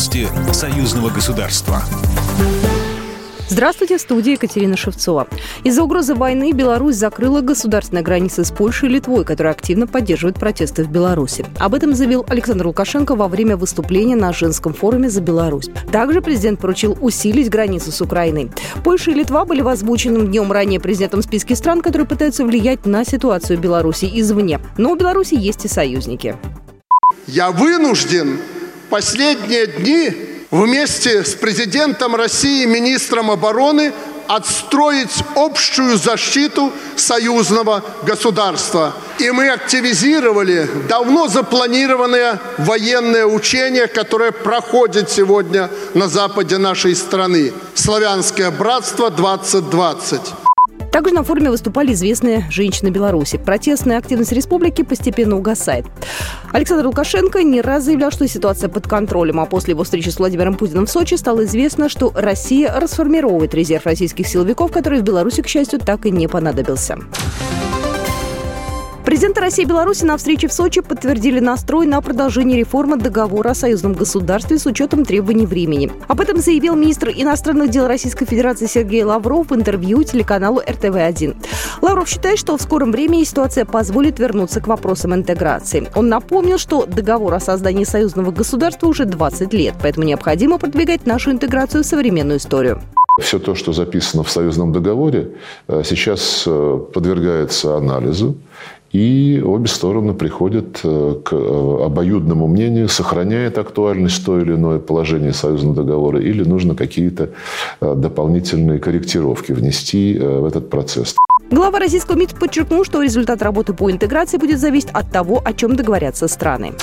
Новости союзного государства. Здравствуйте, в студии Екатерина Шевцова. Из-за угрозы войны Беларусь закрыла государственные границы с Польшей и Литвой, которые активно поддерживают протесты в Беларуси. Об этом заявил Александр Лукашенко во время выступления на женском форуме «За Беларусь». Также президент поручил усилить границу с Украиной. Польша и Литва были в озвученном днем ранее президентом списке стран, которые пытаются влиять на ситуацию Беларуси извне. Но у Беларуси есть и союзники. Я вынужден последние дни вместе с президентом России, министром обороны, отстроить общую защиту союзного государства. И мы активизировали давно запланированные военные учения, которые проходят сегодня на западе нашей страны. «Славянское братство-2020». Также на форуме выступали известные женщины Беларуси. Протестная активность республики постепенно угасает. Александр Лукашенко не раз заявлял, что ситуация под контролем, а после его встречи с Владимиром Путиным в Сочи стало известно, что Россия расформировывает резерв российских силовиков, который в Беларуси, к счастью, так и не понадобился. Президенты России и Беларуси на встрече в Сочи подтвердили настрой на продолжение реформы договора о союзном государстве с учетом требований времени. Об этом заявил министр иностранных дел Российской Федерации Сергей Лавров в интервью телеканалу РТВ-1. Лавров считает, что в скором времени ситуация позволит вернуться к вопросам интеграции. Он напомнил, что договор о создании союзного государства уже 20 лет, поэтому необходимо продвигать нашу интеграцию в современную историю. Все то, что записано в союзном договоре, сейчас подвергается анализу. И обе стороны приходят к обоюдному мнению, сохраняет актуальность то или иное положение союзного договора, или нужно какие-то дополнительные корректировки внести в этот процесс. Глава российского МИД подчеркнул, что результат работы по интеграции будет зависеть от того, о чем договорятся страны.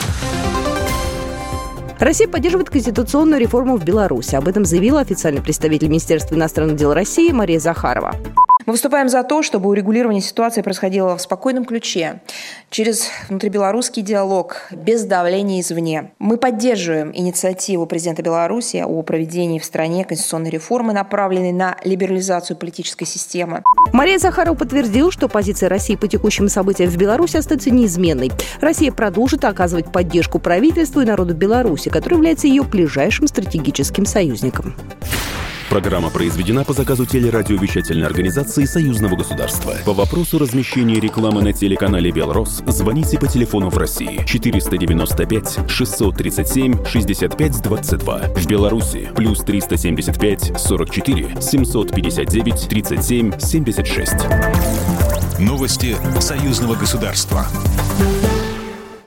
Россия поддерживает конституционную реформу в Беларуси. Об этом заявила официальный представитель Министерства иностранных дел России Мария Захарова. Мы выступаем за то, чтобы урегулирование ситуации происходило в спокойном ключе, через внутрибелорусский диалог, без давления извне. Мы поддерживаем инициативу президента Беларуси о проведении в стране конституционной реформы, направленной на либерализацию политической системы. Мария Захарова подтвердила, что позиция России по текущим событиям в Беларуси остается неизменной. Россия продолжит оказывать поддержку правительству и народу Беларуси, который является ее ближайшим стратегическим союзником. Программа произведена по заказу телерадиовещательной организации Союзного государства. По вопросу размещения рекламы на телеканале «Белрос» звоните по телефону в России 495 637 65 22. В Беларуси плюс 375 44 759 37 76. Новости союзного государства.